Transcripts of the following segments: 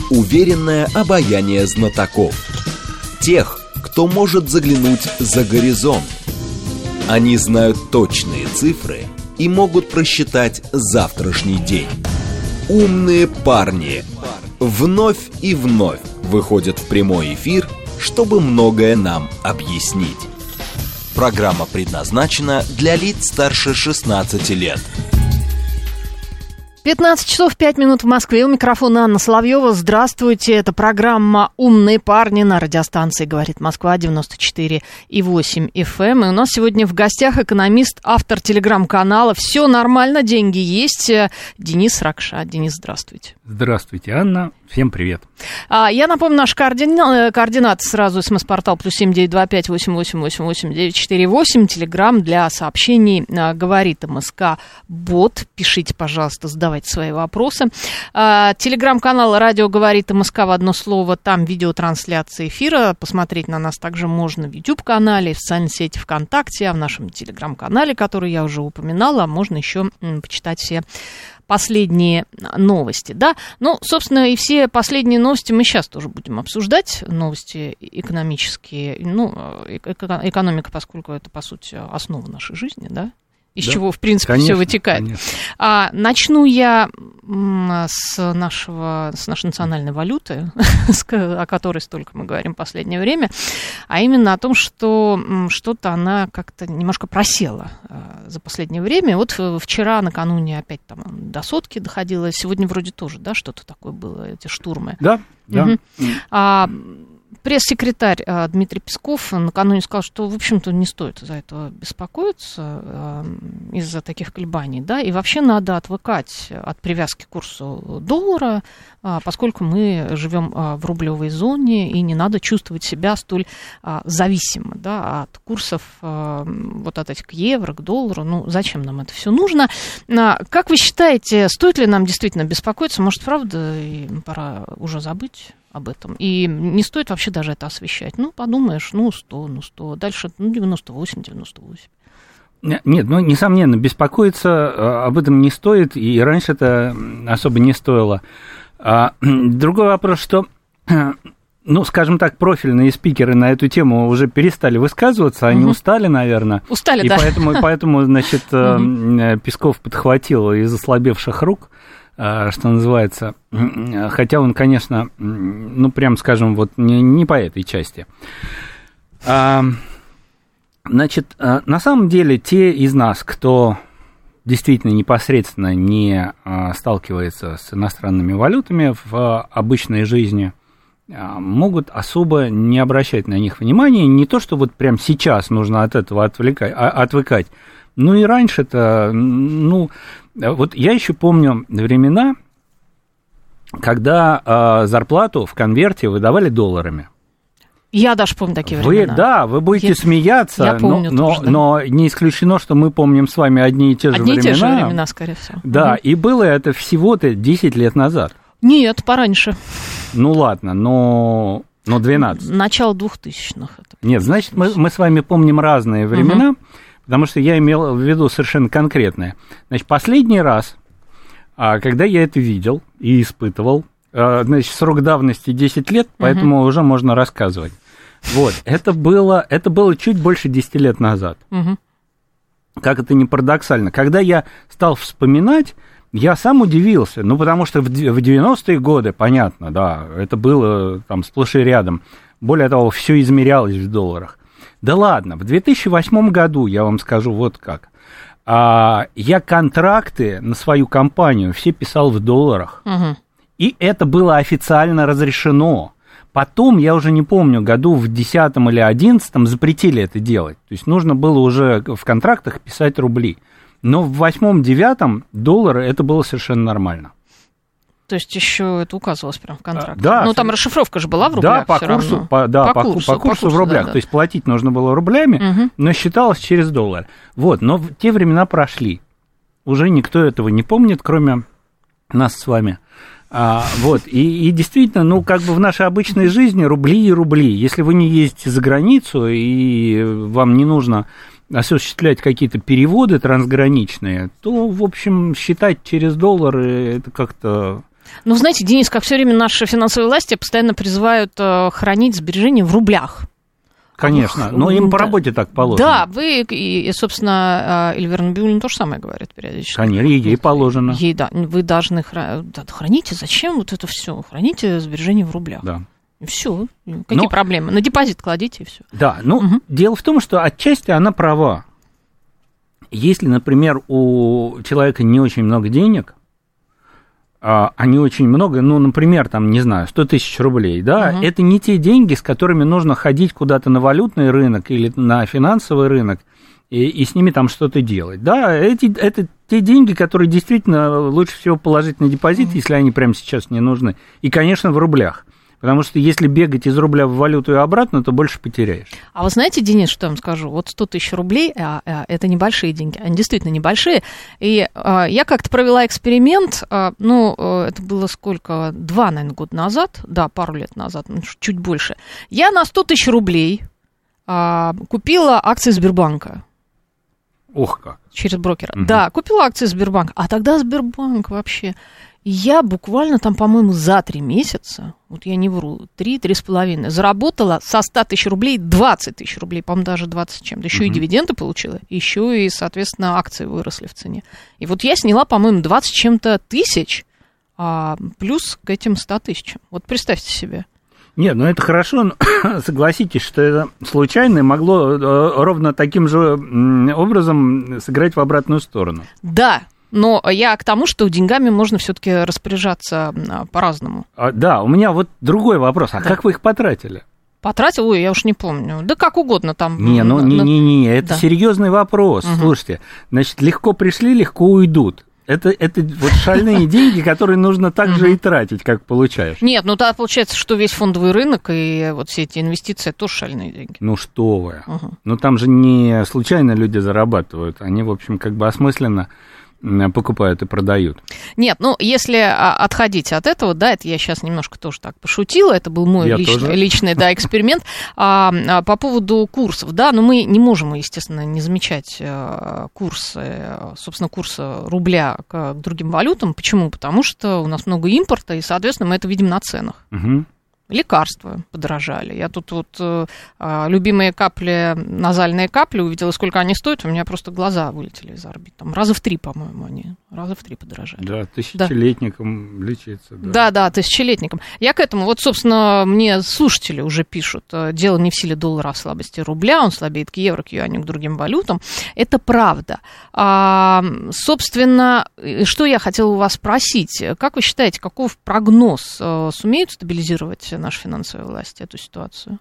уверенное обаяние знатоков. Тех, кто может заглянуть за горизонт. Они знают точные цифры и могут просчитать завтрашний день. Умные парни вновь и вновь выходят в прямой эфир, чтобы многое нам объяснить. Программа предназначена для лиц старше 16 лет. 15 часов 5 минут в Москве. У микрофона Анна Соловьева. Здравствуйте. Это программа «Умные парни» на радиостанции «Говорит Москва» 94,8 FM. И у нас сегодня в гостях экономист, автор телеграм-канала «Все нормально, деньги есть» Денис Ракша. Денис, здравствуйте. Здравствуйте, Анна. Всем привет. Я напомню, наши координаты сразу. СМС-портал +7 925 8888 948. Телеграм для сообщений «Говорит МСК Бот». Пишите, пожалуйста, задавайте свои вопросы. Телеграм-канал «Радио Говорит МСК» в одно слово. Там видеотрансляция эфира. Посмотреть на нас также можно в YouTube-канале, в социальной сети ВКонтакте, а в нашем телеграм-канале, который я уже упоминала, можно еще почитать все последние новости, да. Ну, собственно, и все последние новости мы сейчас тоже будем обсуждать, новости экономические, ну, экономика, поскольку это, по сути, основа нашей жизни, да, из чего, в принципе, конечно, все вытекает. Начну я с нашей национальной валюты, о которой столько мы говорим в последнее время, а именно о том, что что-то она как-то немножко просела за последнее время. Вот вчера, накануне, опять там до сотки доходило, сегодня вроде тоже, да, что-то такое было, эти штурмы. Да, да. Пресс-секретарь Дмитрий Песков накануне сказал, что, в общем-то, не стоит за это беспокоиться из-за таких колебаний, да, и вообще надо отвыкать от привязки к курсу доллара, поскольку мы живем в рублевой зоне, и не надо чувствовать себя столь зависимо, да, от курсов вот от этих к евро, к доллару. Ну, зачем нам это все нужно? Как вы считаете, стоит ли нам действительно беспокоиться? Может, правда, пора уже забыть об этом. И не стоит вообще даже это освещать. Ну, подумаешь, 100. Дальше, 98. Нет, ну, несомненно, беспокоиться об этом не стоит, и раньше это особо не стоило. Другой вопрос, что, ну, скажем так, профильные спикеры на эту тему уже перестали высказываться, они устали, наверное. Устали, и да. Поэтому, значит, Песков подхватил из ослабевших рук, что называется, хотя он, конечно, ну, прям скажем, вот не по этой части. Значит, на самом деле, те из нас, кто действительно непосредственно не сталкивается с иностранными валютами в обычной жизни, могут особо не обращать на них внимания. Не то, что вот прям сейчас нужно от этого отвыкать, ну и раньше-то, ну, вот я еще помню времена, когда зарплату в конверте выдавали долларами. Я даже помню такие времена. Вы будете смеяться, я помню тоже, да. Но не исключено, что мы помним с вами одни и те же времена. Одни и те же времена, скорее всего. Да, и было это всего-то 10 лет назад. Нет, пораньше. Ну ладно, но 12. Начало 2000-х. Нет, значит, мы с вами помним разные времена, потому что я имел в виду совершенно конкретное. Значит, последний раз, когда я это видел и испытывал, значит, срок давности 10 лет, поэтому уже можно рассказывать. Вот, это было чуть больше 10 лет назад. Как это ни парадоксально. Когда я стал вспоминать, я сам удивился, ну, потому что в 90-е годы, понятно, да, это было там сплошь и рядом. Более того, все измерялось в долларах. Да ладно, в 2008 году, я вам скажу вот как, я контракты на свою компанию все писал в долларах, и это было официально разрешено. Потом, я уже не помню, году в 10 или 11 запретили это делать, то есть нужно было уже в контрактах писать рубли. Но в 8-9 доллары это было совершенно нормально. То есть еще это указывалось прямо в контракте. Да. Ну, там расшифровка же была в рублях. Да, по курсу в рублях. Да. То есть платить нужно было рублями, но считалось через доллар. Вот, но те времена прошли. Уже никто этого не помнит, кроме нас с вами. Вот, и действительно, ну, как бы в нашей обычной жизни рубли и рубли. Если вы не ездите за границу, и вам не нужно осуществлять какие-то переводы трансграничные, то, в общем, считать через доллары, это как-то... Ну, знаете, Денис, как все время наши финансовые власти постоянно призывают хранить сбережения в рублях. Конечно, но им по работе так положено. Да, вы, и собственно, Эльвира Набиуллина то же самое говорит периодически. Конечно, ей положено. Ей, да, вы должны храните, зачем вот это все? Храните сбережения в рублях. Да. И все. Какие проблемы? На депозит кладите, и все. Да, дело в том, что отчасти она права. Если, например, у человека не очень много денег, а не очень много, например, там, не знаю, 100 тысяч рублей, да, это не те деньги, с которыми нужно ходить куда-то на валютный рынок или на финансовый рынок и с ними там что-то делать, да, это те деньги, которые действительно лучше всего положить на депозит, если они прямо сейчас не нужны, и, конечно, в рублях. Потому что если бегать из рубля в валюту и обратно, то больше потеряешь. А вы знаете, Денис, что я вам скажу? Вот 100 тысяч рублей – это небольшие деньги, они действительно небольшие. И я как-то провела эксперимент, это было сколько? 2, наверное, года назад, да, пару лет назад, чуть больше. Я на 100 тысяч рублей купила акции Сбербанка. Ох как! Через брокера. Да, купила акции Сбербанка. А тогда Сбербанк вообще... Я буквально там, по-моему, за 3 месяца, вот я не вру, 3-3,5, заработала со 100 тысяч рублей 20 тысяч рублей, по-моему, даже 20 чем-то. Еще и дивиденды получила, еще и, соответственно, акции выросли в цене. И вот я сняла, по-моему, 20 чем-то тысяч, плюс к этим 100 тысячам. Вот представьте себе. Нет, это хорошо, но согласитесь, что это случайно могло ровно таким же образом сыграть в обратную сторону. Да. Но я к тому, что деньгами можно все-таки распоряжаться по-разному. Да, у меня вот другой вопрос. Как вы их потратили? Потратил? Ой, я уж не помню. Да как угодно там. Не, это серьезный вопрос. Слушайте, значит, легко пришли, легко уйдут. Это вот шальные деньги, которые нужно так же и тратить, как получаешь. Нет, тогда получается, что весь фондовый рынок и вот все эти инвестиции тоже шальные деньги. Ну что вы. Там же не случайно люди зарабатывают. Они, в общем, как бы осмысленно покупают и продают. Нет, если отходить от этого, да, это я сейчас немножко тоже так пошутила, это был мой личный эксперимент. По поводу курсов, да, мы не можем, естественно, не замечать курса рубля к другим валютам. Почему? Потому что у нас много импорта, и, соответственно, мы это видим на ценах. Лекарства подорожали. Я тут любимые капли, назальные капли увидела, сколько они стоят, у меня просто глаза вылетели из орбит. Там раза в 3, по-моему, они подорожали. Да, тысячелетникам лечиться. Да, тысячелетникам. Я к этому, вот, собственно, мне слушатели уже пишут, дело не в силе доллара, а в слабости рубля, он слабеет к евро, к юаню, к другим валютам. Это правда. Собственно, что я хотела у вас спросить, как вы считаете, каков прогноз, сумеют стабилизировать наши финансовые власти эту ситуацию?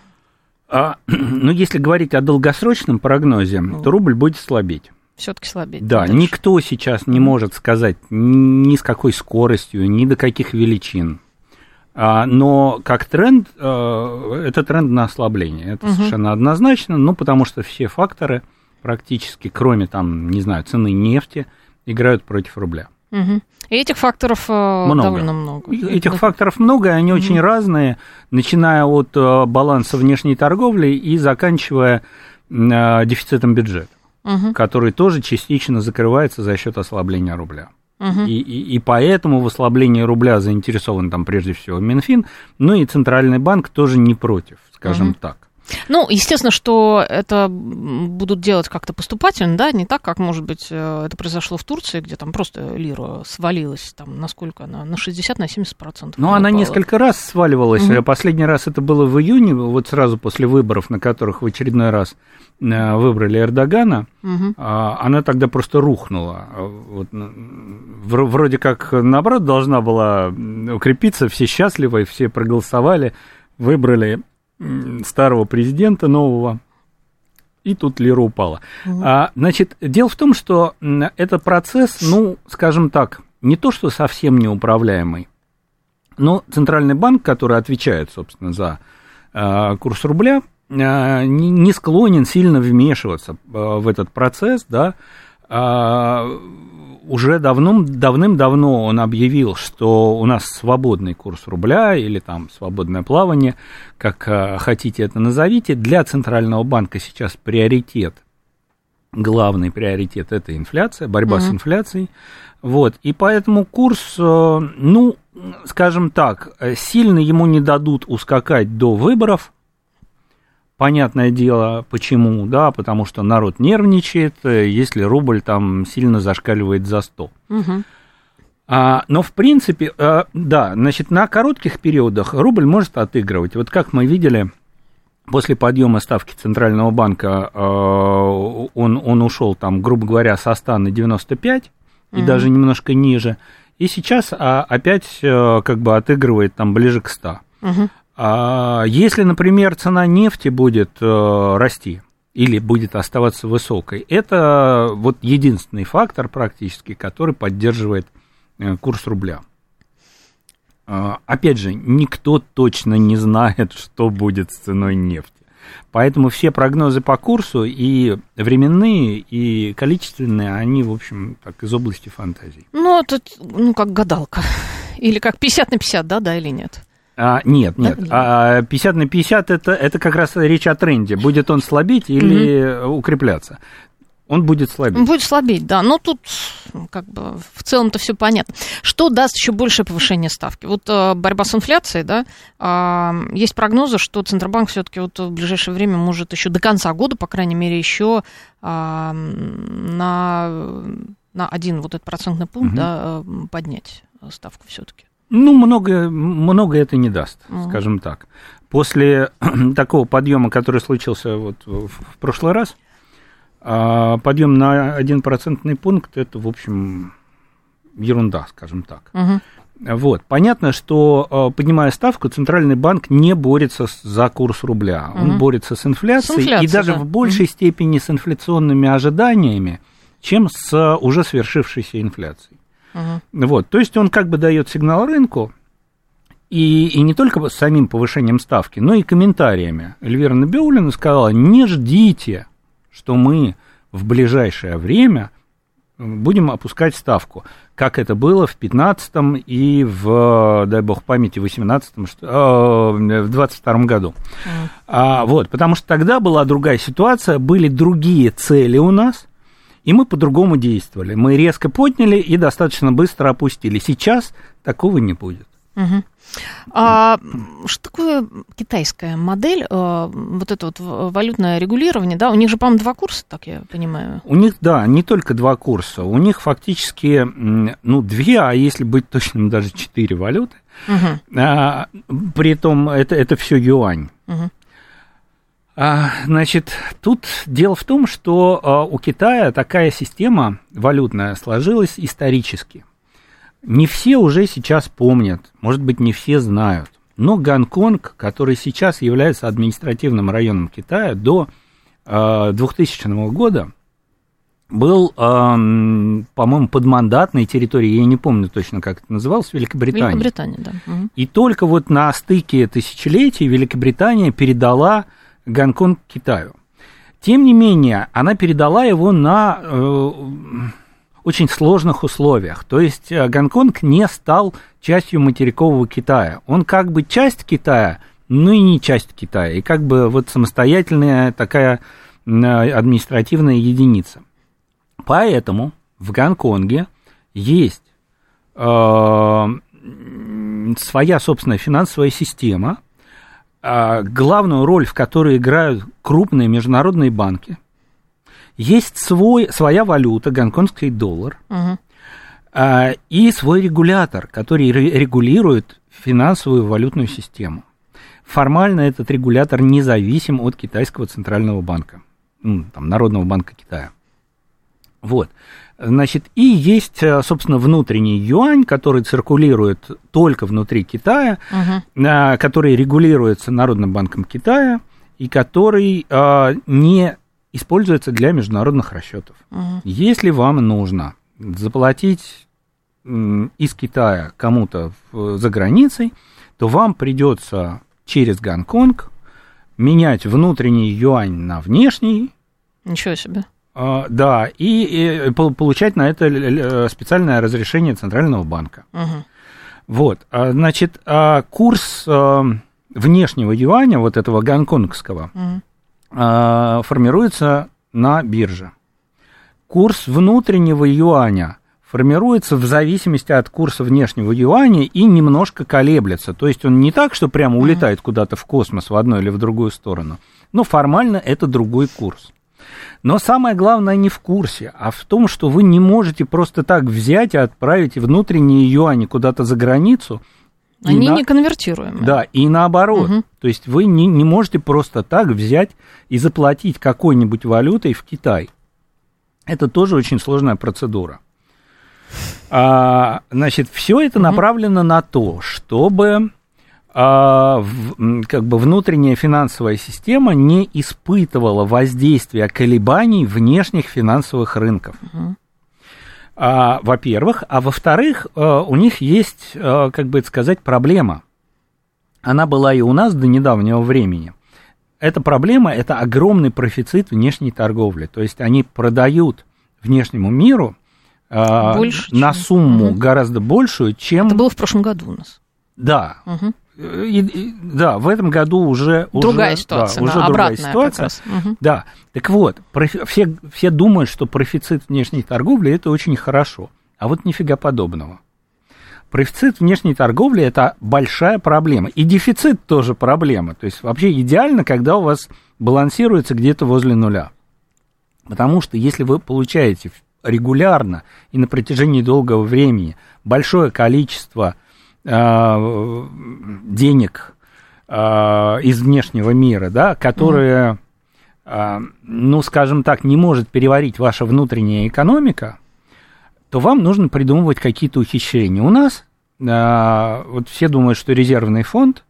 Если говорить о долгосрочном прогнозе, то рубль будет слабеть. Все-таки слабеть. Да, никто сейчас не может сказать ни с какой скоростью, ни до каких величин. Но как тренд, это тренд на ослабление. Это совершенно однозначно, потому что все факторы практически, кроме цены нефти, играют против рубля. И этих факторов довольно много. Этих факторов много, и они очень разные, начиная от баланса внешней торговли и заканчивая дефицитом бюджета, который тоже частично закрывается за счет ослабления рубля. И поэтому в ослаблении рубля заинтересован прежде всего Минфин, и Центральный банк тоже не против, скажем так. Естественно, что это будут делать как-то поступательно, да, не так, как, может быть, это произошло в Турции, где там просто лира свалилась, насколько она, на 60-70%. Она несколько раз сваливалась. Последний раз это было в июне, вот сразу после выборов, на которых в очередной раз выбрали Эрдогана, она тогда просто рухнула. Вроде как, наоборот, должна была укрепиться, все счастливы, все проголосовали, выбрали старого президента нового, и тут лира упала. Дело в том, что это процесс, скажем так, не то что совсем неуправляемый, но Центральный банк, который отвечает, собственно, за курс рубля, не склонен сильно вмешиваться в этот процесс, да. Уже давным-давно он объявил, что у нас свободный курс рубля или свободное плавание, как хотите это назовите. Для Центрального банка сейчас приоритет главный приоритет – это инфляция, борьба с инфляцией. Вот, и поэтому курс, ну, скажем так, сильно ему не дадут ускакать до выборов. Понятное дело, почему, да, потому что народ нервничает, если рубль там сильно зашкаливает за 100. Но, в принципе, да, значит, на коротких периодах рубль может отыгрывать. Вот как мы видели, после подъема ставки Центрального банка он ушел, там, грубо говоря, со 100 на 95, и даже немножко ниже, и сейчас опять как бы отыгрывает там ближе к 100. Если, например, цена нефти будет расти или будет оставаться высокой, это вот единственный фактор практически, который поддерживает курс рубля. Опять же, никто точно не знает, что будет с ценой нефти. Поэтому все прогнозы по курсу, и временные, и количественные, они, в общем, так, из области фантазий. Ну, это, как гадалка. Или как 50 на 50, да, или нет? Нет. 50 на 50 это как раз речь о тренде. Будет он слабеть или укрепляться? Он будет слабеть. Будет слабеть, да. Но тут как бы в целом-то все понятно. Что даст еще большее повышение ставки? Вот борьба с инфляцией, да, есть прогнозы, что Центробанк все-таки вот в ближайшее время может еще до конца года, по крайней мере, еще на 1 вот этот процентный пункт да, поднять ставку все-таки. Ну, много это не даст, скажем так. После такого подъема, который случился вот в прошлый раз, подъем на 1 процентный пункт, это, в общем, ерунда, скажем так. Вот. Понятно, что, поднимая ставку, Центральный банк не борется за курс рубля. Он борется с инфляцией, и даже в большей степени с инфляционными ожиданиями, чем с уже свершившейся инфляцией. Вот. То есть он как бы дает сигнал рынку, и не только самим повышением ставки, но и комментариями. Эльвира Набиуллина сказала: не ждите, что мы в ближайшее время будем опускать ставку, как это было в 2015 и в, дай бог памяти, в 2022 году. Вот, потому что тогда была другая ситуация, были другие цели у нас, и мы по-другому действовали. Мы резко подняли и достаточно быстро опустили. Сейчас такого не будет. Что такое китайская модель, вот это вот валютное регулирование, да? У них же, по-моему, 2 курса, так я понимаю. У них, да, не только 2 курса, у них фактически, 2, а если быть точным, даже 4 валюты. Притом это все юань. Значит, тут дело в том, что у Китая такая система валютная сложилась исторически. Не все уже сейчас помнят, может быть, не все знают, но Гонконг, который сейчас является административным районом Китая, до 2000 года был, по-моему, подмандатной территорией, я не помню точно, как это называлось, Великобритания. Великобритания, да. И только вот на стыке тысячелетий Великобритания передала Гонконг Китаю. Тем не менее, она передала его на очень сложных условиях. То есть Гонконг не стал частью материкового Китая. Он как бы часть Китая, но и не часть Китая. И как бы вот самостоятельная такая административная единица. Поэтому в Гонконге есть своя собственная финансовая система, главную роль в которой играют крупные международные банки. Есть своя валюта, гонконгский доллар, и свой регулятор, который регулирует финансовую валютную систему. Формально этот регулятор независим от китайского центрального банка, там, Народного банка Китая. Вот. Значит, и есть, собственно, внутренний юань, который циркулирует только внутри Китая, который регулируется Народным банком Китая и который не используется для международных расчетов. Если вам нужно заплатить из Китая кому-то за границей, то вам придется через Гонконг менять внутренний юань на внешний. Ничего себе. Да, и получать на это специальное разрешение Центрального банка. Вот, значит, курс внешнего юаня, вот этого гонконгского, формируется на бирже. курс внутреннего юаня формируется в зависимости от курса внешнего юаня и немножко колеблется. То есть он не так, что прямо улетает куда-то в космос в одну или в другую сторону, но формально это другой курс. Но самое главное не в курсе, а в том, что вы не можете просто так взять и отправить внутренние юани куда-то за границу. Они не конвертируемые. Да, и наоборот. То есть вы не можете просто так взять и заплатить какой-нибудь валютой в Китай. Это тоже очень сложная процедура. Значит, все это направлено на то, чтобы как бы внутренняя финансовая система не испытывала воздействия колебаний внешних финансовых рынков. Во-первых, а во-вторых, у них есть, как бы это сказать, проблема. Она была и у нас до недавнего времени. Эта проблема – это огромный профицит внешней торговли. То есть они продают внешнему миру больше, на сумму гораздо большую, чем... Это было в прошлом году у нас. Да. Да, в этом году уже другая ситуация, уже другая ситуация. Да, так вот, все думают, что профицит внешней торговли – это очень хорошо, а вот нифига подобного. Профицит внешней торговли – это большая проблема, и дефицит тоже проблема. То есть вообще идеально, когда у вас балансируется где-то возле нуля, потому что если вы получаете регулярно и на протяжении долгого времени большое количество денег из внешнего мира, да, которые, ну, скажем так, не может переварить ваша внутренняя экономика, то вам нужно придумывать какие-то ухищрения. У нас, вот все думают, что резервный фонд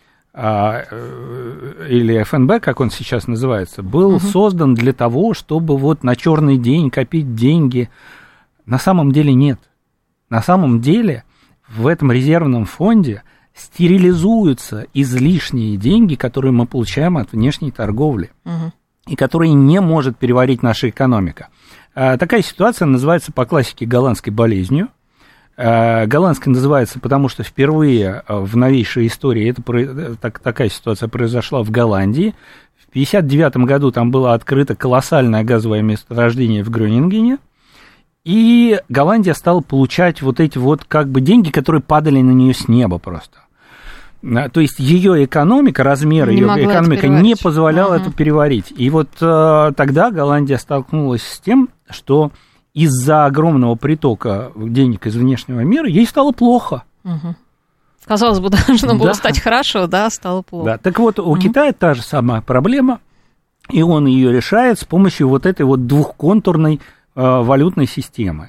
или ФНБ, как он сейчас называется, был создан для того, чтобы вот на черный день копить деньги. На самом деле нет. На самом деле в этом резервном фонде стерилизуются излишние деньги, которые мы получаем от внешней торговли, и которые не может переварить наша экономика. Такая ситуация называется по классике голландской болезнью. Голландской называется, потому что впервые в новейшей истории такая ситуация произошла в Голландии. В 1959 году там было открыто колоссальное газовое месторождение в Грёнингене. И Голландия стала получать вот эти вот как бы деньги, которые падали на нее с неба просто. То есть ее экономика, размер ее экономики не позволял это переварить. И вот тогда Голландия столкнулась с тем, что из-за огромного притока денег из внешнего мира ей стало плохо. Казалось бы, должно было стать хорошо, да, стало плохо. Да. Так вот, у Китая та же самая проблема, и он ее решает с помощью вот этой вот двухконтурной валютной системы.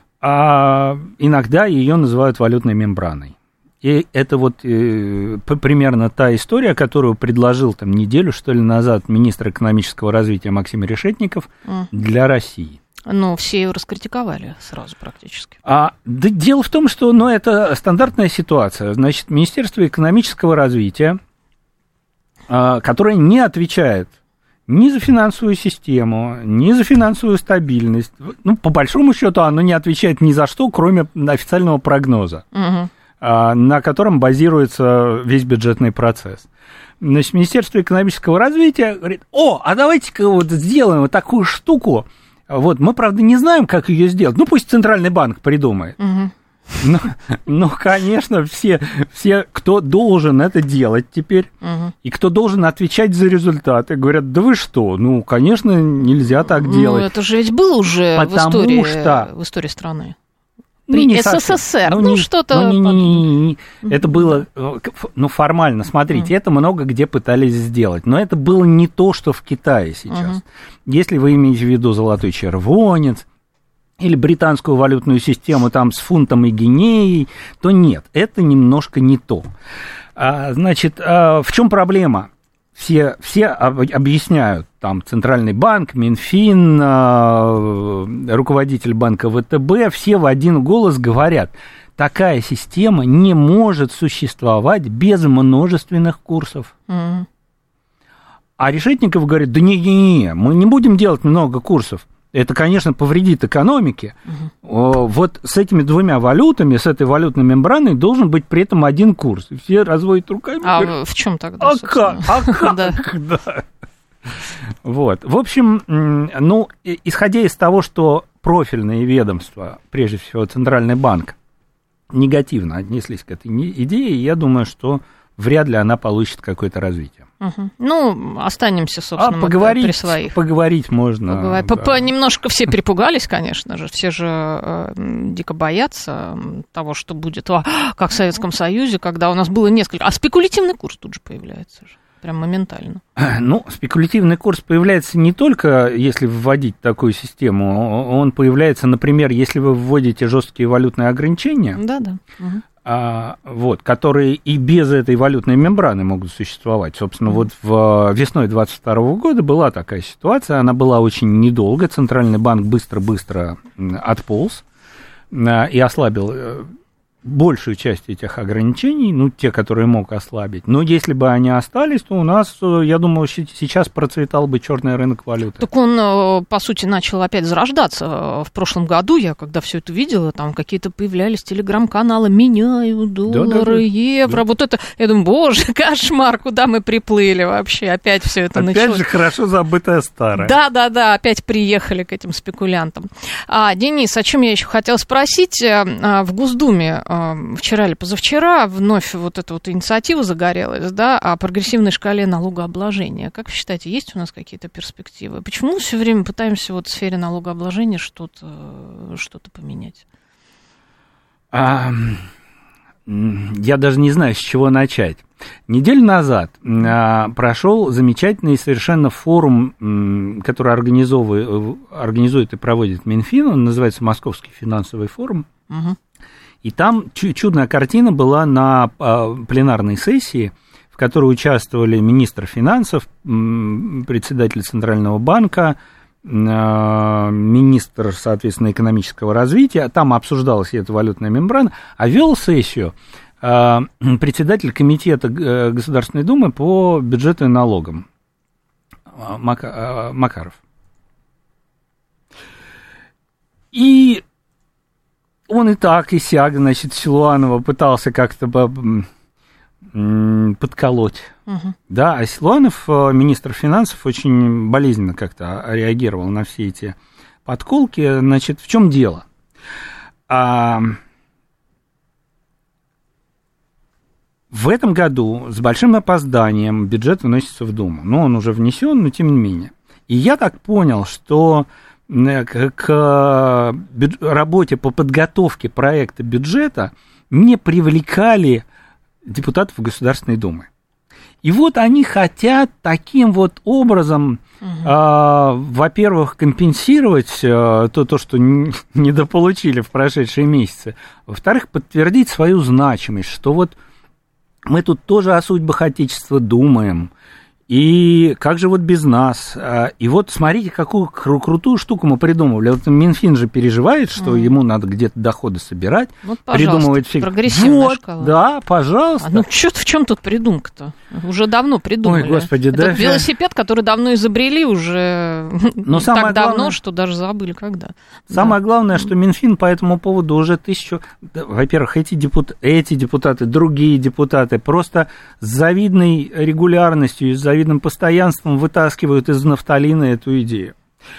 А иногда ее называют валютной мембраной. И это вот примерно та история, которую предложил там неделю, что ли, назад министр экономического развития Максим Решетников для России. Ну, все ее раскритиковали сразу практически. Да, дело в том, что это стандартная ситуация. Значит, Министерство экономического развития, которое не отвечает ни за финансовую систему, ни за финансовую стабильность. Ну, по большому счету, оно не отвечает ни за что, кроме официального прогноза, на котором базируется весь бюджетный процесс. Значит, Министерство экономического развития говорит: а давайте-ка вот сделаем вот такую штуку. Вот, мы, правда, не знаем, как ее сделать. Ну, пусть Центральный банк придумает. Но, конечно, все, кто должен это делать теперь, и кто должен отвечать за результаты, говорят: да вы что, ну, конечно, нельзя так делать. Ну, это же ведь было уже в истории страны. При СССР, что-то... Это было, формально, смотрите, это много где пытались сделать, но это было не то, что в Китае сейчас. Если вы имеете в виду золотой червонец, или британскую валютную систему там с фунтом и гинеей, то нет, это немножко не то. Значит, в чем проблема? Все объясняют, там, Центральный банк, Минфин, руководитель банка ВТБ, все в один голос говорят: такая система не может существовать без множественных курсов. А Решетников говорит: да не, мы не будем делать много курсов. Это, конечно, повредит экономике. Вот с этими двумя валютами, с этой валютной мембраной должен быть при этом один курс. И все разводят руками. А говорят: в чем тогда? Как? Да. Вот. В общем, ну, исходя из того, что профильные ведомства, прежде всего Центральный банк, негативно отнеслись к этой идее, я думаю, что вряд ли она получит какое-то развитие. Угу. Ну, останемся, собственно, при своих. Поговорить можно. Да. Немножко все перепугались, конечно же. Все же дико боятся того, что будет, как в Советском Союзе, когда у нас было несколько... А спекулятивный курс тут же появляется же. Прям моментально. Ну, спекулятивный курс появляется не только, если вводить такую систему. Он появляется, например, если вы вводите жесткие валютные ограничения. Да-да. Угу. Вот, которые и без этой валютной мембраны могут существовать. Собственно, вот весной 2022 года была такая ситуация, она была очень недолго, Центральный банк быстро-быстро отполз и ослабил большую часть этих ограничений, ну, те, которые мог ослабить. Но если бы они остались, то у нас, я думаю, сейчас процветал бы черный рынок валюты. Так он, по сути, начал опять зарождаться. В прошлом году я, когда все это видела, там какие-то появлялись телеграм-каналы, меняю доллары, евро. Да. Вот это, я думаю, боже, кошмар, куда мы приплыли вообще? Опять все это началось. Опять же, хорошо забытое старое. Да, опять приехали к этим спекулянтам. Денис, о чем я еще хотела спросить? В Госдуме вчера или позавчера вновь вот эта вот инициатива загорелась, да, о прогрессивной шкале налогообложения. Как вы считаете, есть у нас какие-то перспективы? Почему все время пытаемся вот в сфере налогообложения что-то поменять? Я даже не знаю, с чего начать. Неделю назад прошел замечательный совершенно форум, который организует и проводит Минфин, он называется Московский финансовый форум. Угу. И там чудная картина была на пленарной сессии, в которой участвовали министр финансов, председатель Центрального банка, министр, соответственно, экономического развития. Там обсуждалась эта валютная мембрана, а вел сессию председатель комитета Государственной Думы по бюджету и налогам Макаров. И он и так, и сяк, значит, Силуанова пытался как-то подколоть. Угу. Да, а Силуанов, министр финансов, очень болезненно как-то реагировал на все эти подколки. Значит, в чем дело? В этом году с большим опозданием бюджет выносится в Думу. Ну, он уже внесен, но тем не менее. И я так понял, что к работе по подготовке проекта бюджета не привлекали депутатов Государственной Думы. И вот они хотят таким вот образом, во-первых, компенсировать то, что недополучили в прошедшие месяцы, во-вторых, подтвердить свою значимость, что вот мы тут тоже о судьбах Отечества думаем, и как же вот без нас? И вот смотрите, какую крутую штуку мы придумывали. Вот Минфин же переживает, что ему надо где-то доходы собирать. Вот, придумывает прогрессивная шкала. Да, пожалуйста. Ну, в чем тут придумка-то? Уже давно придумали. Ой, господи, это велосипед, который давно изобрели, уже так давно, что даже забыли когда. Самое главное, что Минфин по этому поводу уже во-первых, эти депутаты, другие депутаты просто с завидной регулярностью и с завидным постоянством вытаскивают из нафталина эту идею.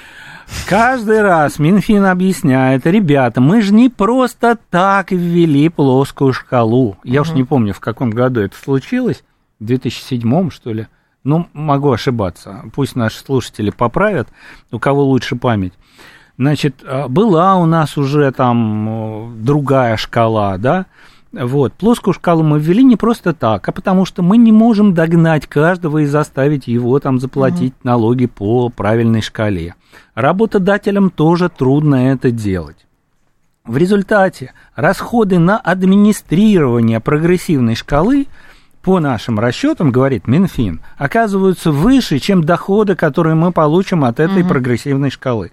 Каждый раз Минфин объясняет: ребята, мы же не просто так ввели плоскую шкалу. Я уж не помню, в каком году это случилось, в 2007, что ли. Ну, могу ошибаться. Пусть наши слушатели поправят, у кого лучше память. Значит, была у нас уже там другая шкала, да? Вот, плоскую шкалу мы ввели не просто так, а потому что мы не можем догнать каждого и заставить его там заплатить налоги по правильной шкале. Работодателям тоже трудно это делать. В результате расходы на администрирование прогрессивной шкалы, по нашим расчетам, говорит Минфин, оказываются выше, чем доходы, которые мы получим от этой прогрессивной шкалы.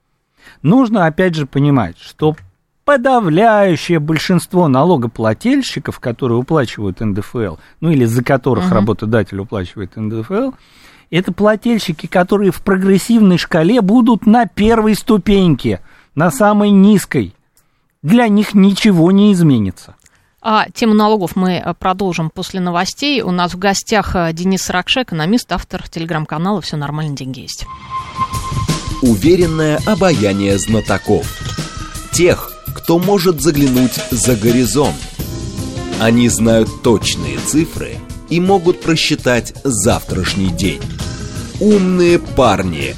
Нужно опять же понимать, что подавляющее большинство налогоплательщиков, которые уплачивают НДФЛ, ну или за которых работодатель уплачивает НДФЛ, это плательщики, которые в прогрессивной шкале будут на первой ступеньке, на самой низкой. Для них ничего не изменится. Тему налогов мы продолжим после новостей. У нас в гостях Денис Ракше, экономист, автор телеграм-канала «Все нормально, деньги есть». Уверенное обаяние знатоков. Тех, кто может заглянуть за горизонт. Они знают точные цифры и могут просчитать завтрашний день. Умные парни.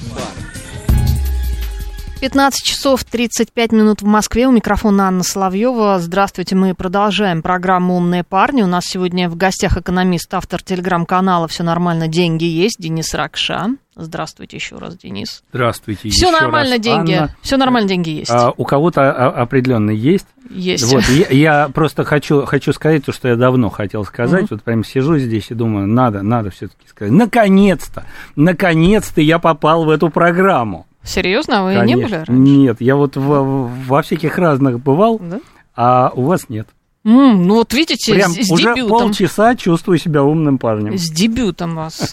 15 часов 35 минут в Москве. У микрофона Анна Соловьева. Здравствуйте, мы продолжаем программу «Умные парни». У нас сегодня в гостях экономист, автор телеграм-канала «Все нормально, деньги есть» Денис Ракша. Здравствуйте еще раз, Денис. Здравствуйте. Все нормально, раз, деньги. Анна. Все нормально, деньги есть. У кого-то определенно есть. Есть. Вот, я просто хочу сказать то, что я давно хотел сказать. Вот прям сижу здесь и думаю, надо все-таки сказать. Наконец-то я попал в эту программу. Серьезно? А вы Конечно. не были раньше? Нет, я вот во всяких разных бывал, да? А у вас нет. Ну вот видите, прям с уже дебютом. полчаса чувствую себя умным парнем. С дебютом вас.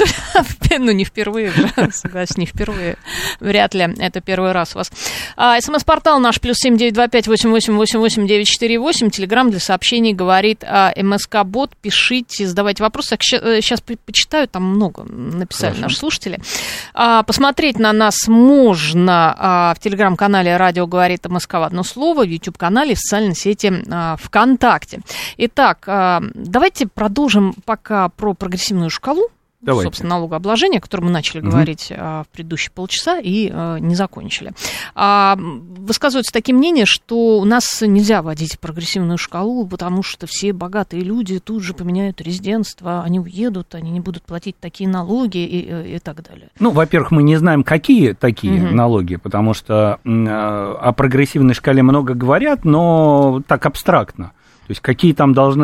Ну не впервые, согласен, не впервые. Вряд ли это первый раз у вас. СМС-портал наш +7 925 8888 948. Телеграм для сообщений говорит МСК-бот. Пишите, задавайте вопросы. Сейчас почитаю, там много написали наши слушатели. Посмотреть на нас можно в телеграм-канале «Радио говорит МСК» в одно слово, в YouTube-канале, в социальной сети ВКонтакте. Итак, давайте продолжим пока про прогрессивную шкалу. Давайте. Собственно, налогообложения, о котором мы начали говорить в предыдущие полчаса и не закончили. Высказывается такие мнения, что у нас нельзя вводить прогрессивную шкалу, потому что все богатые люди тут же поменяют резидентство, они уедут, они не будут платить такие налоги и так далее. Ну, во-первых, мы не знаем, какие такие налоги, потому что о прогрессивной шкале много говорят, но так абстрактно. То есть какая там должна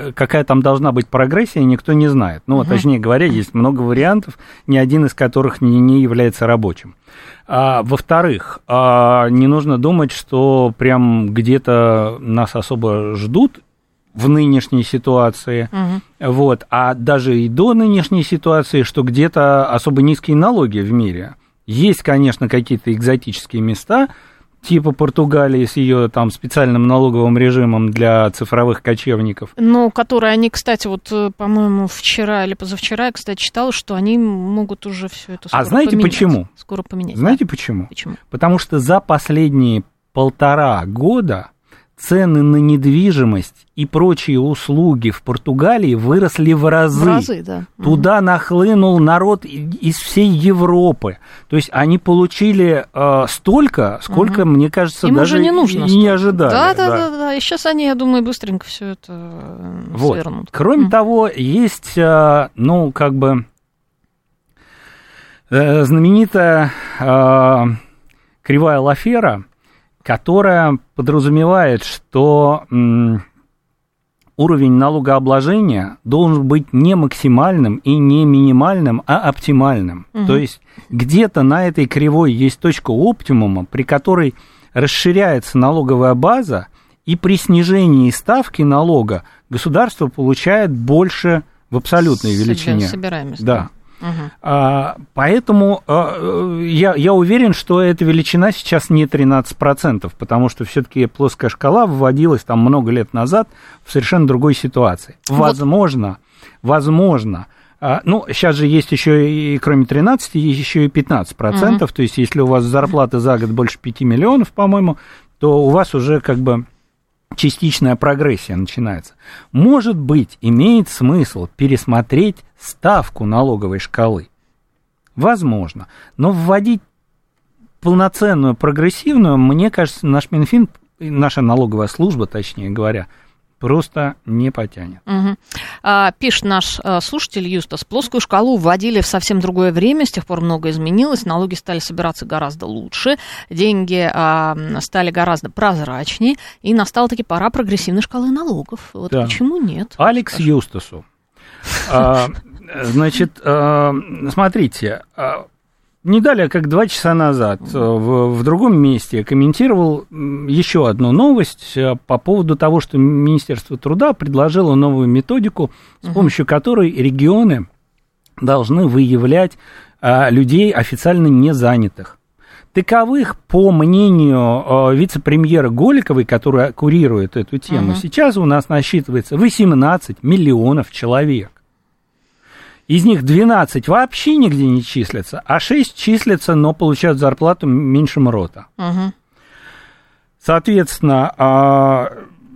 быть прогрессия, никто не знает. Ну, точнее говоря, есть много вариантов, ни один из которых не является рабочим. Во-вторых, не нужно думать, что прям где-то нас особо ждут в нынешней ситуации, вот, а даже и до нынешней ситуации, что где-то особо низкие налоги в мире. Есть, конечно, какие-то экзотические места, типа Португалии с ее там специальным налоговым режимом для цифровых кочевников. Ну, которые они, кстати, вот, по-моему, вчера или позавчера, я, кстати, читала, что они могут уже все это скоро поменять. А знаете почему? Скоро поменять. Знаете почему? Потому что за последние 1,5 года цены на недвижимость и прочие услуги в Португалии выросли в разы. В разы, да. Туда нахлынул народ из всей Европы. То есть они получили столько, сколько, мне кажется, им даже уже не нужно и не ожидали. Да. И сейчас они, я думаю, быстренько все это свернут. Кроме того, есть, знаменитая кривая Лафера, которая подразумевает, что уровень налогообложения должен быть не максимальным и не минимальным, а оптимальным. То есть где-то на этой кривой есть точка оптимума, при которой расширяется налоговая база, и при снижении ставки налога государство получает больше в абсолютной величине. Собираемость. Да. Поэтому я уверен, что эта величина сейчас не 13%, потому что все-таки плоская шкала вводилась там много лет назад в совершенно другой ситуации. Возможно, сейчас же есть еще и кроме 13, еще и 15%, то есть если у вас зарплата за год больше 5 миллионов, по-моему, то у вас уже как бы частичная прогрессия начинается. Может быть, имеет смысл пересмотреть ставку налоговой шкалы. Возможно. Но вводить полноценную прогрессивную, мне кажется, наш Минфин, наша налоговая служба, точнее говоря, просто не потянет. Пишет наш слушатель Юстас: плоскую шкалу вводили в совсем другое время, с тех пор многое изменилось, налоги стали собираться гораздо лучше, деньги стали гораздо прозрачнее, и настала-таки пора прогрессивной шкалы налогов. Вот да. Почему нет? Алекс Юстасу. Значит, смотрите, не далее, как 2 часа назад в другом месте комментировал еще одну новость по поводу того, что Министерство труда предложило новую методику, с помощью которой регионы должны выявлять людей официально незанятых. Таковых, по мнению вице-премьера Голиковой, которая курирует эту тему, сейчас у нас насчитывается 18 миллионов человек. Из них 12 вообще нигде не числятся, а 6 числятся, но получают зарплату меньше МРОТа. Соответственно,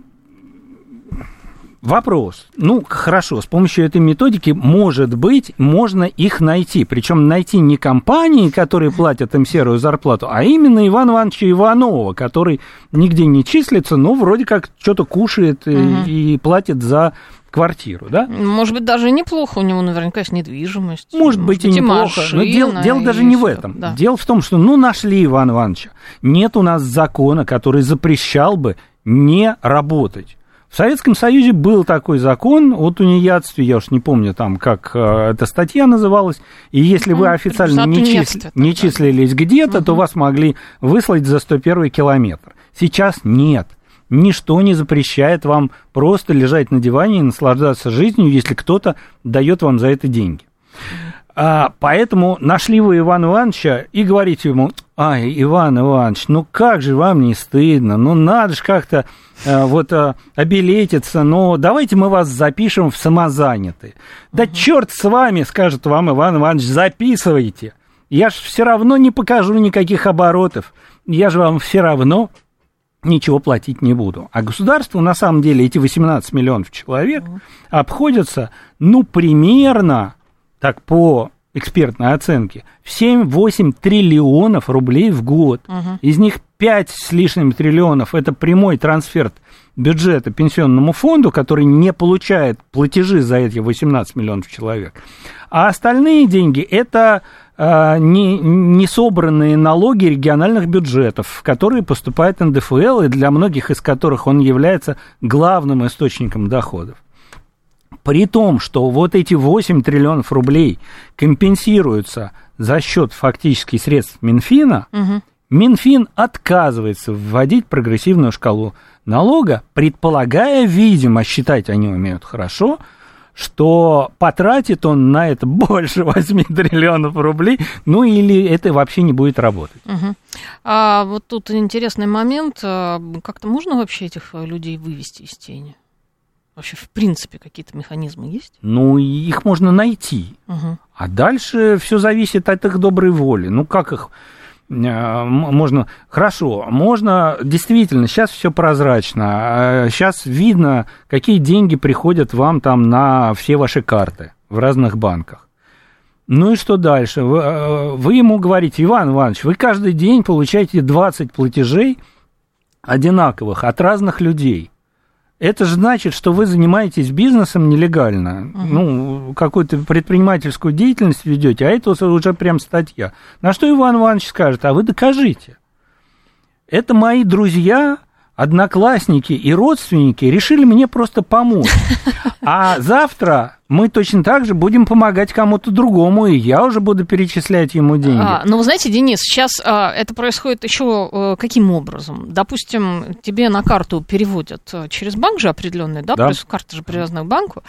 вопрос. Ну, хорошо, с помощью этой методики, может быть, можно их найти. Причем найти не компании, которые платят им серую зарплату, а именно Ивана Ивановича Иванова, который нигде не числится, но вроде как что-то кушает и платит за квартиру, да? Может быть, даже неплохо, у него наверняка есть недвижимость. Может быть, и неплохо, но дело даже не в этом. Да. Дело в том, что, нашли Ивана Ивановича. Нет у нас закона, который запрещал бы не работать. В Советском Союзе был такой закон о тунеядстве, я уж не помню там, как эта статья называлась, и если вы официально не числились где-то, то вас могли выслать за 101 километр. Сейчас нет. Ничто не запрещает вам просто лежать на диване и наслаждаться жизнью, если кто-то дает вам за это деньги. Поэтому нашли вы Ивана Ивановича и говорите ему: ай, Иван Иванович, ну как же вам не стыдно, ну надо же как-то обилетиться, но давайте мы вас запишем в самозанятые. Да черт с вами, скажет вам Иван Иванович, записывайте. Я же все равно не покажу никаких оборотов, я же вам все равно ничего платить не буду. А государству, на самом деле, эти 18 миллионов человек обходятся, примерно, так по экспертной оценке, в 7-8 триллионов рублей в год. Из них 5 с лишним триллионов – это прямой трансфер бюджета пенсионному фонду, который не получает платежи за эти 18 миллионов человек. А остальные деньги – это не собранные налоги региональных бюджетов, в которые поступает НДФЛ, и для многих из которых он является главным источником доходов. При том, что вот эти 8 триллионов рублей компенсируются за счет фактически средств Минфина, Минфин отказывается вводить прогрессивную шкалу налога, предполагая, видимо, считать они умеют хорошо, что потратит он на это больше 8 триллионов рублей, или это вообще не будет работать. А вот тут интересный момент. Как-то можно вообще этих людей вывести из тени? Вообще, в принципе, какие-то механизмы есть? Их можно найти. А дальше все зависит от их доброй воли. Как их можно... Хорошо, можно... Действительно, сейчас все прозрачно. Сейчас видно, какие деньги приходят вам там на все ваши карты в разных банках. И что дальше? Вы ему говорите: Иван Иванович, вы каждый день получаете 20 платежей одинаковых от разных людей. Это же значит, что вы занимаетесь бизнесом нелегально, какую-то предпринимательскую деятельность ведете, а это уже прям статья. На что Иван Иванович скажет: а вы докажите. Это мои друзья, одноклассники и родственники решили мне просто помочь. А завтра мы точно так же будем помогать кому-то другому, и я уже буду перечислять ему деньги. Вы знаете, Денис, сейчас это происходит еще каким образом? Допустим, тебе на карту переводят через банк же определенный, да? Карта же привязана к банку.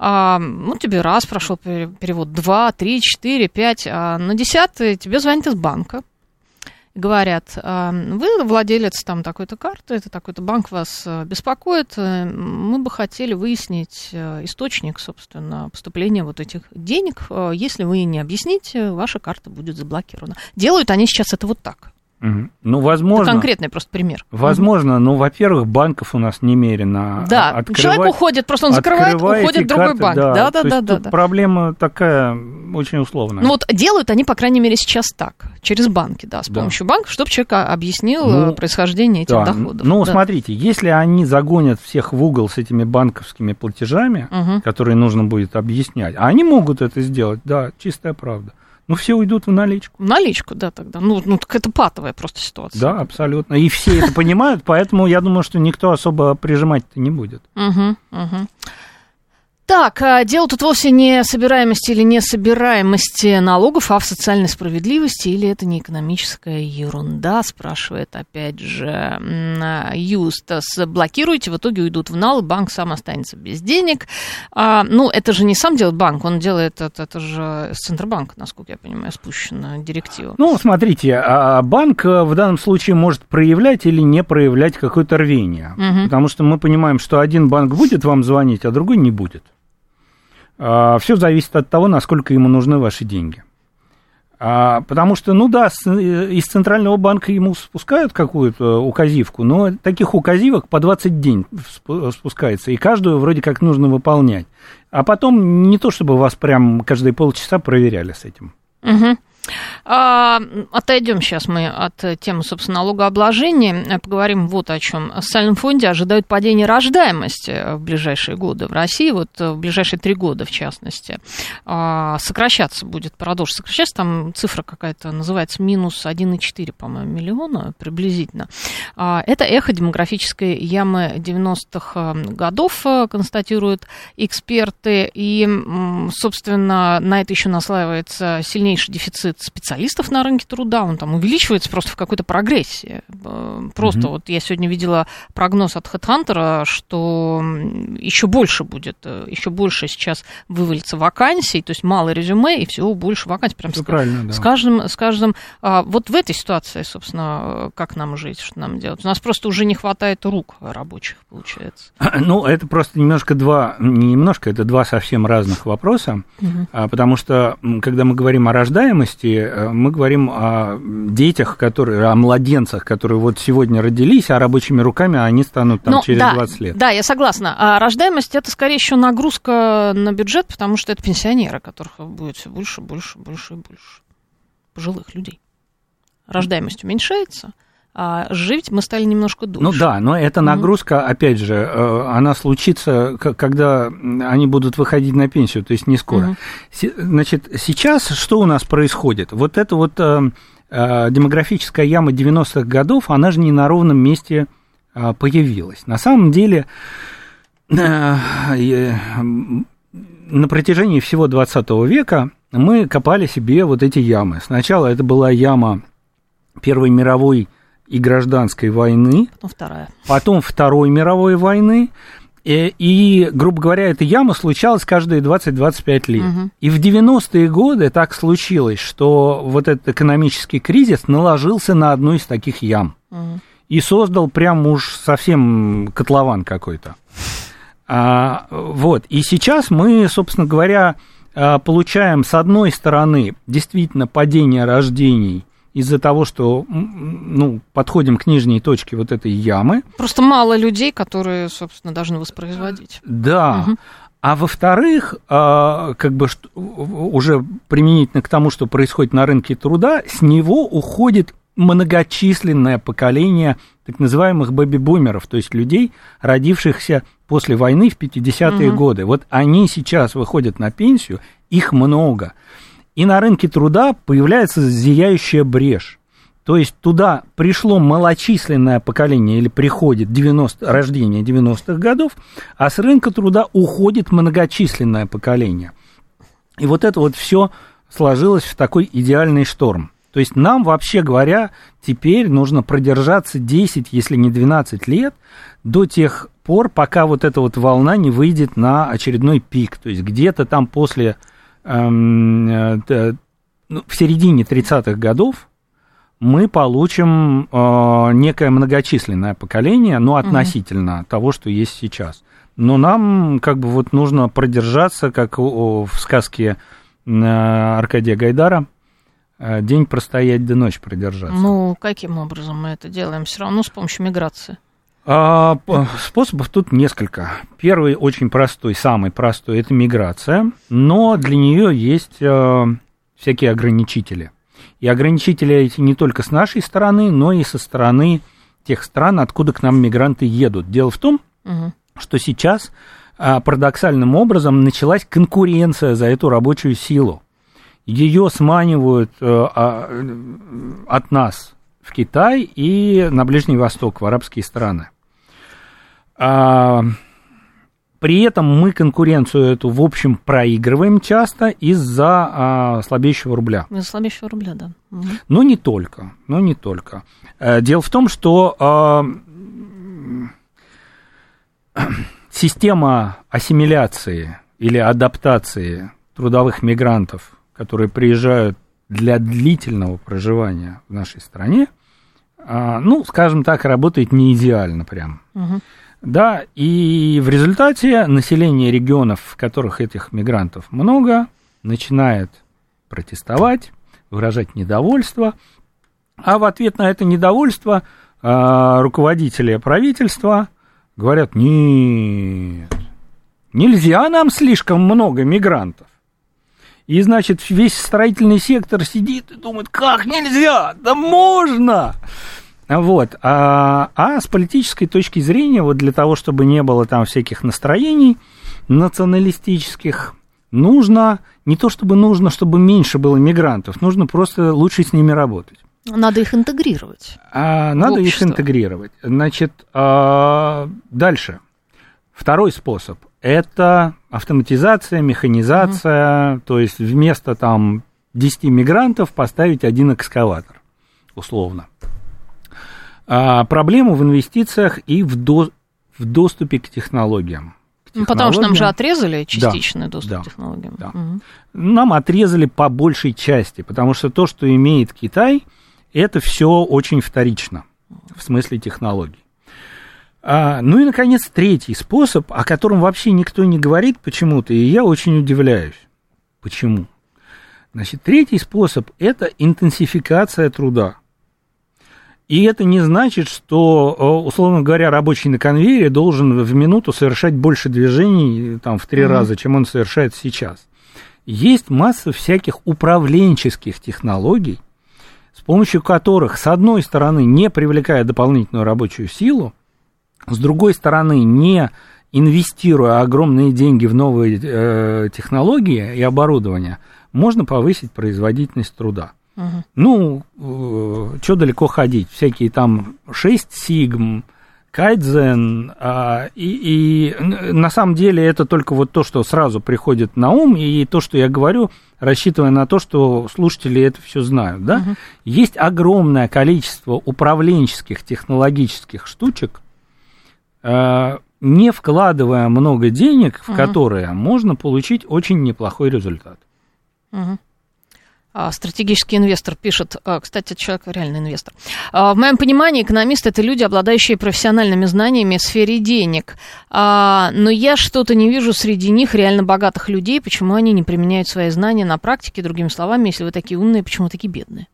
Тебе раз прошел перевод, 2, 3, 4, 5, а на 10-й тебе звонят из банка. Говорят: вы владелец там такой-то карты, это такой-то банк вас беспокоит, мы бы хотели выяснить источник, собственно, поступления вот этих денег. Если вы не объясните, ваша карта будет заблокирована. Делают они сейчас это вот так. Возможно. Это конкретный просто пример. Возможно, во-первых, банков у нас немерено. Да, человек уходит, просто он закрывает, уходит в другой банк. Да. Проблема такая очень условная. Делают они, по крайней мере, сейчас так, через банки, с помощью банков, чтобы человек объяснил происхождение этих доходов. Смотрите, если они загонят всех в угол с этими банковскими платежами, которые нужно будет объяснять, а они могут это сделать, чистая правда. Все уйдут в наличку. В наличку, да, тогда. Так это патовая просто ситуация. Да, абсолютно. И все это понимают, поэтому я думаю, что никто особо прижимать-то не будет. Так, дело тут вовсе не собираемости или несобираемости налогов, а в социальной справедливости, или это не экономическая ерунда, спрашивает опять же Юстас. Блокируйте, в итоге уйдут в нал, и банк сам останется без денег. Ну, это же не сам делает банк, он делает это же с Центробанка, насколько я понимаю, спущена директива. Ну, смотрите, банк в данном случае может проявлять или не проявлять какое-то рвение, потому что мы понимаем, что один банк будет вам звонить, а другой не будет. Все зависит от того, насколько ему нужны ваши деньги. Потому что, ну да, из Центрального банка ему спускают какую-то указивку, но таких указивок по 20 дней спускается, и каждую вроде как нужно выполнять. А потом не то, чтобы вас прям каждые полчаса проверяли с этим. Отойдем сейчас мы от темы, собственно, налогообложения, поговорим вот о чем. В социальном фонде ожидают падения рождаемости в ближайшие годы в России, вот в ближайшие 3 года, в частности. Сокращаться будет, продолжить сокращаться, там цифра какая-то называется минус 1,4, по-моему, миллиона приблизительно. Это эхо демографической ямы 90-х годов, констатируют эксперты, и, собственно, на это еще наслаивается сильнейший дефицит специалистов на рынке труда, он там увеличивается просто в какой-то прогрессии. Просто вот я сегодня видела прогноз от HeadHunter, что еще больше будет, еще больше сейчас вывалится вакансий, то есть мало резюме и всего больше вакансий. Прям с каждым. Вот в этой ситуации, собственно, как нам жить, что нам делать? У нас просто уже не хватает рук рабочих, получается. Ну, это просто это два совсем разных вопроса, потому что, когда мы говорим о рождаемости, мы говорим о детях, о младенцах, которые вот сегодня родились, а рабочими руками они станут там через 20 лет. Да, я согласна. А рождаемость – это скорее еще нагрузка на бюджет, потому что это пенсионеры, которых будет все больше и больше пожилых людей. Рождаемость уменьшается, а жить мы стали немножко дольше. Ну да, но эта нагрузка, опять же, она случится, когда они будут выходить на пенсию, то есть не скоро. Значит, сейчас что у нас происходит? Вот эта вот демографическая яма 90-х годов, она же не на ровном месте появилась. На самом деле, на протяжении всего 20 века мы копали себе вот эти ямы. Сначала это была яма Первой мировой и гражданской войны, потом Второй мировой войны, и, грубо говоря, эта яма случалась каждые 20-25 лет. И в 90-е годы так случилось, что вот этот экономический кризис наложился на одну из таких ям и создал прям уж совсем котлован какой-то. Вот, и сейчас мы, собственно говоря, получаем, с одной стороны, действительно падение рождений, из-за того, что, подходим к нижней точке вот этой ямы. Просто мало людей, которые, собственно, должны воспроизводить. Да. А во-вторых, уже применительно к тому, что происходит на рынке труда, с него уходит многочисленное поколение так называемых бэби-бумеров, то есть людей, родившихся после войны в 50-е годы. Вот они сейчас выходят на пенсию, их много. И на рынке труда появляется зияющая брешь. То есть туда пришло малочисленное поколение или приходит рождение 90-х годов, а с рынка труда уходит многочисленное поколение. И вот это вот все сложилось в такой идеальный шторм. То есть нам, вообще говоря, теперь нужно продержаться 10, если не 12 лет, до тех пор, пока вот эта вот волна не выйдет на очередной пик. То есть где-то там после... в середине 30-х годов мы получим некое многочисленное поколение, но относительно того, что есть сейчас. Но нам нужно продержаться, как в сказке Аркадия Гайдара, день простоять, да ночь продержаться. Ну, каким образом мы это делаем? Все равно с помощью миграции. Способов тут несколько. Первый, очень простой, самый простой, это миграция, но для нее есть всякие ограничители. И ограничители эти не только с нашей стороны, но и со стороны тех стран, откуда к нам мигранты едут. Дело в том, что сейчас парадоксальным образом началась конкуренция за эту рабочую силу. Ее сманивают от нас в Китай и на Ближний Восток, в арабские страны. При этом мы конкуренцию эту, в общем, проигрываем часто из-за слабеющего рубля. Из-за слабеющего рубля, да. Угу. Но не только. Дело в том, что система ассимиляции или адаптации трудовых мигрантов, которые приезжают для длительного проживания в нашей стране, скажем так, работает не идеально прям. Угу. Да, и в результате население регионов, в которых этих мигрантов много, начинает протестовать, выражать недовольство, а в ответ на это недовольство руководители правительства говорят: нет, нельзя нам слишком много мигрантов. И, значит, весь строительный сектор сидит и думает: как нельзя? Да можно! Вот. А с политической точки зрения, вот для того, чтобы не было там всяких настроений националистических, нужно, не то чтобы нужно, чтобы меньше было мигрантов, нужно просто лучше с ними работать. Надо их интегрировать. Надо их интегрировать. Значит, дальше. Второй способ – это автоматизация, механизация, то есть вместо там 10 мигрантов поставить один экскаватор, условно. Проблему в инвестициях и в доступе к технологиям. Потому что нам же отрезали частичный доступ к технологиям. Да. Угу. Нам отрезали по большей части, потому что то, что имеет Китай, это все очень вторично в смысле технологий. Ну и, наконец, третий способ, о котором вообще никто не говорит почему-то, и я очень удивляюсь. Почему? Значит, третий способ – это интенсификация труда. И это не значит, что, условно говоря, рабочий на конвейере должен в минуту совершать больше движений там, в 3 раза, чем он совершает сейчас. Есть масса всяких управленческих технологий, с помощью которых, с одной стороны, не привлекая дополнительную рабочую силу, с другой стороны, не инвестируя огромные деньги в новые технологии и оборудование, можно повысить производительность труда. Что далеко ходить? Всякие там 6 сигм, кайдзен, и на самом деле это только вот то, что сразу приходит на ум, и то, что я говорю, рассчитывая на то, что слушатели это все знают, да? Есть огромное количество управленческих технологических штучек, не вкладывая много денег, в которые можно получить очень неплохой результат. Стратегический инвестор пишет, кстати, человек реальный инвестор. В моем понимании, экономисты – это люди, обладающие профессиональными знаниями в сфере денег. Но я что-то не вижу среди них реально богатых людей. Почему они не применяют свои знания на практике? Другими словами, если вы такие умные, почему такие бедные?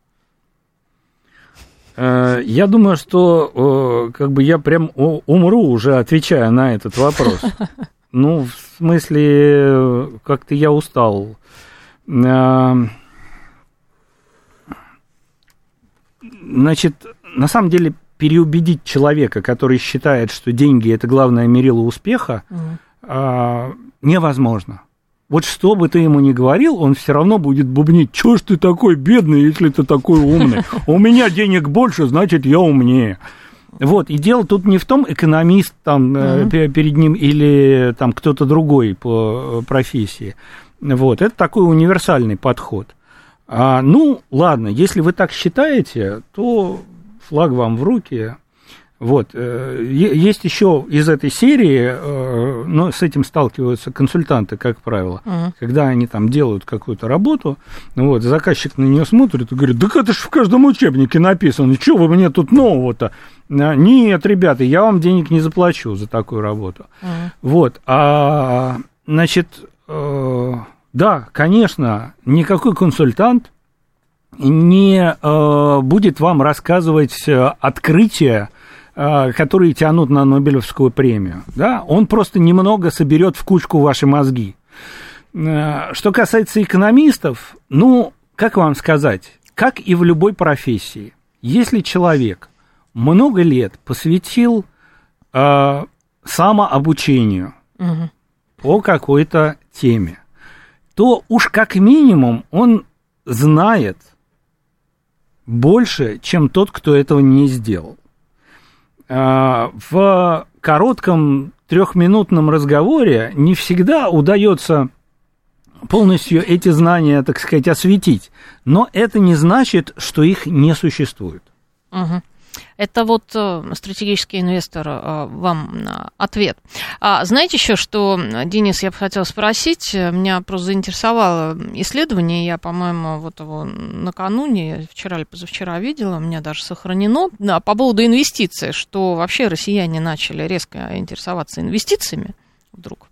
Я думаю, что я прям умру уже, отвечая на этот вопрос. В смысле, как-то я устал. Значит, на самом деле, переубедить человека, который считает, что деньги – это главное мерило успеха, невозможно. Вот что бы ты ему ни говорил, он все равно будет бубнить: чё ж ты такой бедный, если ты такой умный? У меня денег больше, значит, я умнее. Вот, и дело тут не в том, экономист там перед ним или там кто-то другой по профессии. Вот, это такой универсальный подход. Ладно, если вы так считаете, то флаг вам в руки. Вот, есть еще из этой серии, но с этим сталкиваются консультанты, как правило, когда они там делают какую-то работу, вот, заказчик на нее смотрит и говорит: да это же в каждом учебнике написано, что вы мне тут нового-то? Нет, ребята, я вам денег не заплачу за такую работу. Вот, значит, да, конечно, никакой консультант не будет вам рассказывать открытия, которые тянут на Нобелевскую премию. Да? Он просто немного соберет в кучку ваши мозги. Что касается экономистов, как вам сказать, как и в любой профессии, если человек много лет посвятил самообучению по какой-то теме, то уж как минимум он знает больше, чем тот, кто этого не сделал. В коротком трехминутном разговоре не всегда удается полностью эти знания, так сказать, осветить. Но это не значит, что их не существует. Угу. Это вот стратегический инвестор вам ответ. Знаете еще, что, Денис, я бы хотела спросить, меня просто заинтересовало исследование, я, по-моему, вот его накануне, вчера или позавчера видела, у меня даже сохранено, да, по поводу инвестиций, что вообще россияне начали резко интересоваться инвестициями вдруг.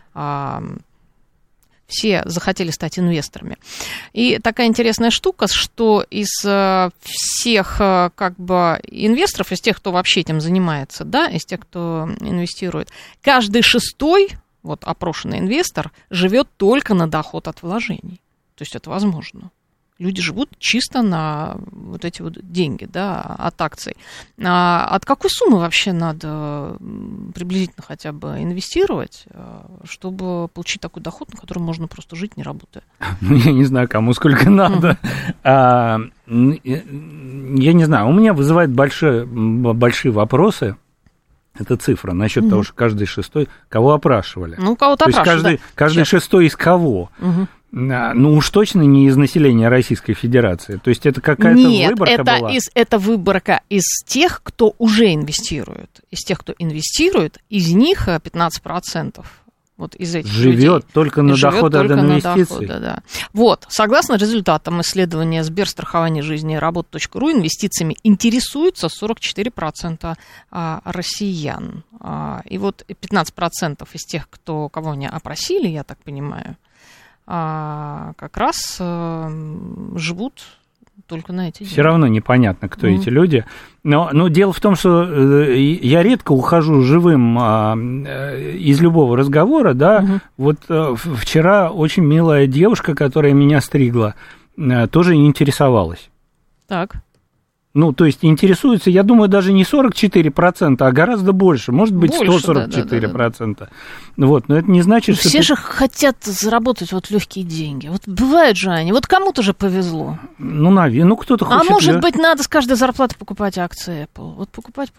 Все захотели стать инвесторами. И такая интересная штука, что из всех как бы инвесторов, из тех, кто вообще этим занимается, да, из тех, кто инвестирует, каждый шестой, вот опрошенный инвестор, живет только на доход от вложений. То есть это возможно. Люди живут чисто на вот эти вот деньги, да, от акций. От какой суммы вообще надо приблизительно хотя бы инвестировать, чтобы получить такой доход, на котором можно просто жить, не работая? Ну, я не знаю, кому сколько надо. Я не знаю, у меня вызывает большие вопросы эта цифра насчет того, что каждый шестой, кого опрашивали. Ну, кого-то опрашивали. То есть каждый шестой из кого? Ну, уж точно не из населения Российской Федерации. То есть это какая-то выборка была? Нет, это выборка из тех, кто уже инвестирует. Из тех, кто инвестирует, из них 15%. Вот из этих живет людей. Только на доход от инвестиций. Да. Вот, согласно результатам исследования Сберстрахования жизни и работ.ру, инвестициями интересуются 44% россиян. И вот 15% из тех, кого они опросили, я так понимаю, как раз живут только на эти деньги. Все равно непонятно, кто эти люди. Но дело в том, что я редко ухожу живым из любого разговора, да. Вот вчера очень милая девушка, которая меня стригла, тоже интересовалась. Так. Ну, то есть интересуется, я думаю, даже не 44%, а гораздо больше, может быть, больше, 144%. Да. Вот, но это не значит, что... Все же хотят заработать вот легкие деньги. Вот бывают же они, вот кому-то же повезло. Ну, наверное, кто-то хочет... А может быть, надо с каждой зарплаты покупать акции Apple? Вот покупать.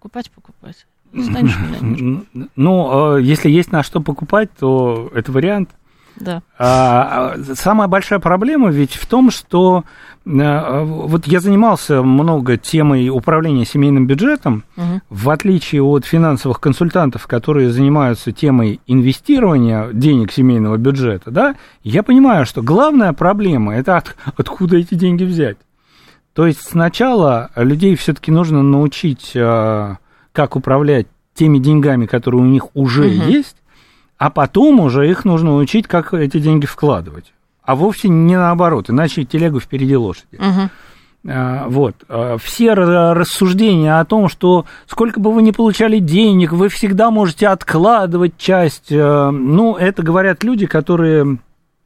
Станешь миллионером. Ну, если есть на что покупать, то это вариант. Да. Самая большая проблема ведь в том, что вот я занимался много темой управления семейным бюджетом, в отличие от финансовых консультантов, которые занимаются темой инвестирования денег семейного бюджета, да, я понимаю, что главная проблема – это откуда эти деньги взять. То есть сначала людей все-таки нужно научить, как управлять теми деньгами, которые у них уже есть, а потом уже их нужно учить, как эти деньги вкладывать. А вовсе не наоборот, иначе телегу впереди лошади. Вот. Все рассуждения о том, что сколько бы вы ни получали денег, вы всегда можете откладывать часть. Ну, это говорят люди, которые,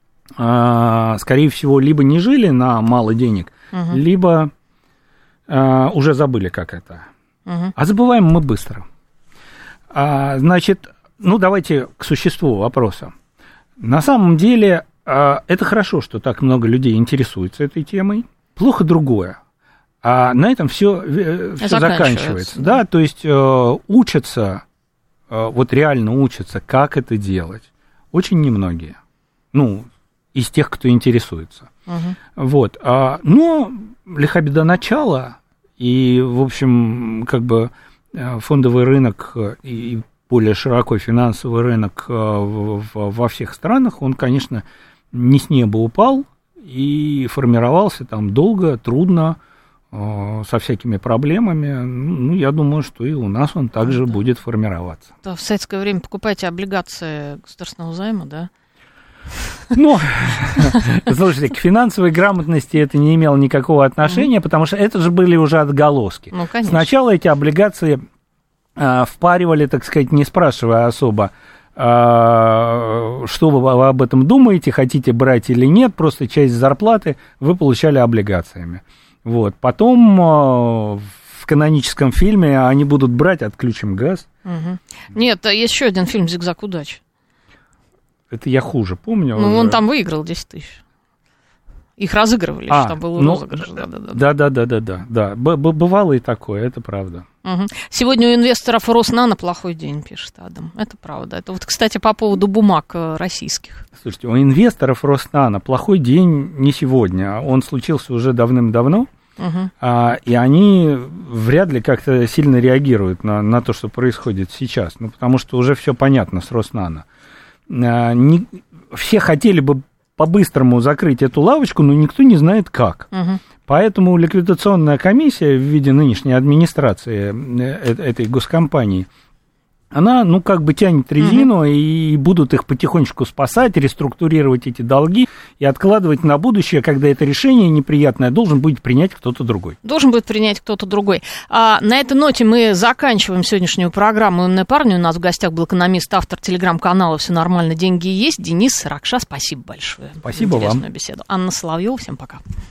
скорее всего, либо не жили на мало денег, либо уже забыли, как это. А забываем мы быстро. Значит... Ну, давайте к существу вопроса. На самом деле, это хорошо, что так много людей интересуются этой темой. Плохо другое. А на этом все заканчивается. Да? То есть учатся, вот реально учатся, как это делать. Очень немногие. Ну, из тех, кто интересуется. Вот. Но лиха беда начала, и, в общем, как бы фондовый рынок и более широкой финансовый рынок во всех странах, он, конечно, не с неба упал и формировался там долго, трудно, со всякими проблемами. Ну, я думаю, что и у нас он также будет формироваться. Да, в советское время покупайте облигации государственного займа, да? Ну, слушайте, к финансовой грамотности это не имело никакого отношения, потому что это же были уже отголоски. Ну, конечно. Сначала эти облигации... впаривали, так сказать, не спрашивая особо, что вы об этом думаете, хотите брать или нет, просто часть зарплаты вы получали облигациями. Вот. Потом в каноническом фильме они будут брать, отключим газ. Нет, есть еще один фильм «Зигзаг удачи». Это я хуже помню. Ну, он там выиграл 10 тысяч. Их разыгрывали, что был розыгрыш. Да. Бывало и такое, это правда. Угу. Сегодня у инвесторов Роснано плохой день, пишет Адам. Это правда. Это вот, кстати, по поводу бумаг российских. Слушайте, у инвесторов Роснано плохой день не сегодня. Он случился уже давным-давно. И они вряд ли как-то сильно реагируют на то, что происходит сейчас. Ну, потому что уже все понятно с Роснано. Все хотели бы по-быстрому закрыть эту лавочку, но никто не знает как. Поэтому ликвидационная комиссия в виде нынешней администрации этой госкомпании, она, тянет резину, и будут их потихонечку спасать, реструктурировать эти долги и откладывать на будущее, когда это решение неприятное должен будет принять кто-то другой. На этой ноте мы заканчиваем сегодняшнюю программу «Умные парни». У нас в гостях был экономист, автор телеграм-канала «Все нормально, деньги есть» Денис Ракша. Спасибо большое. Спасибо вам. За интересную беседу. Анна Соловьева, всем пока.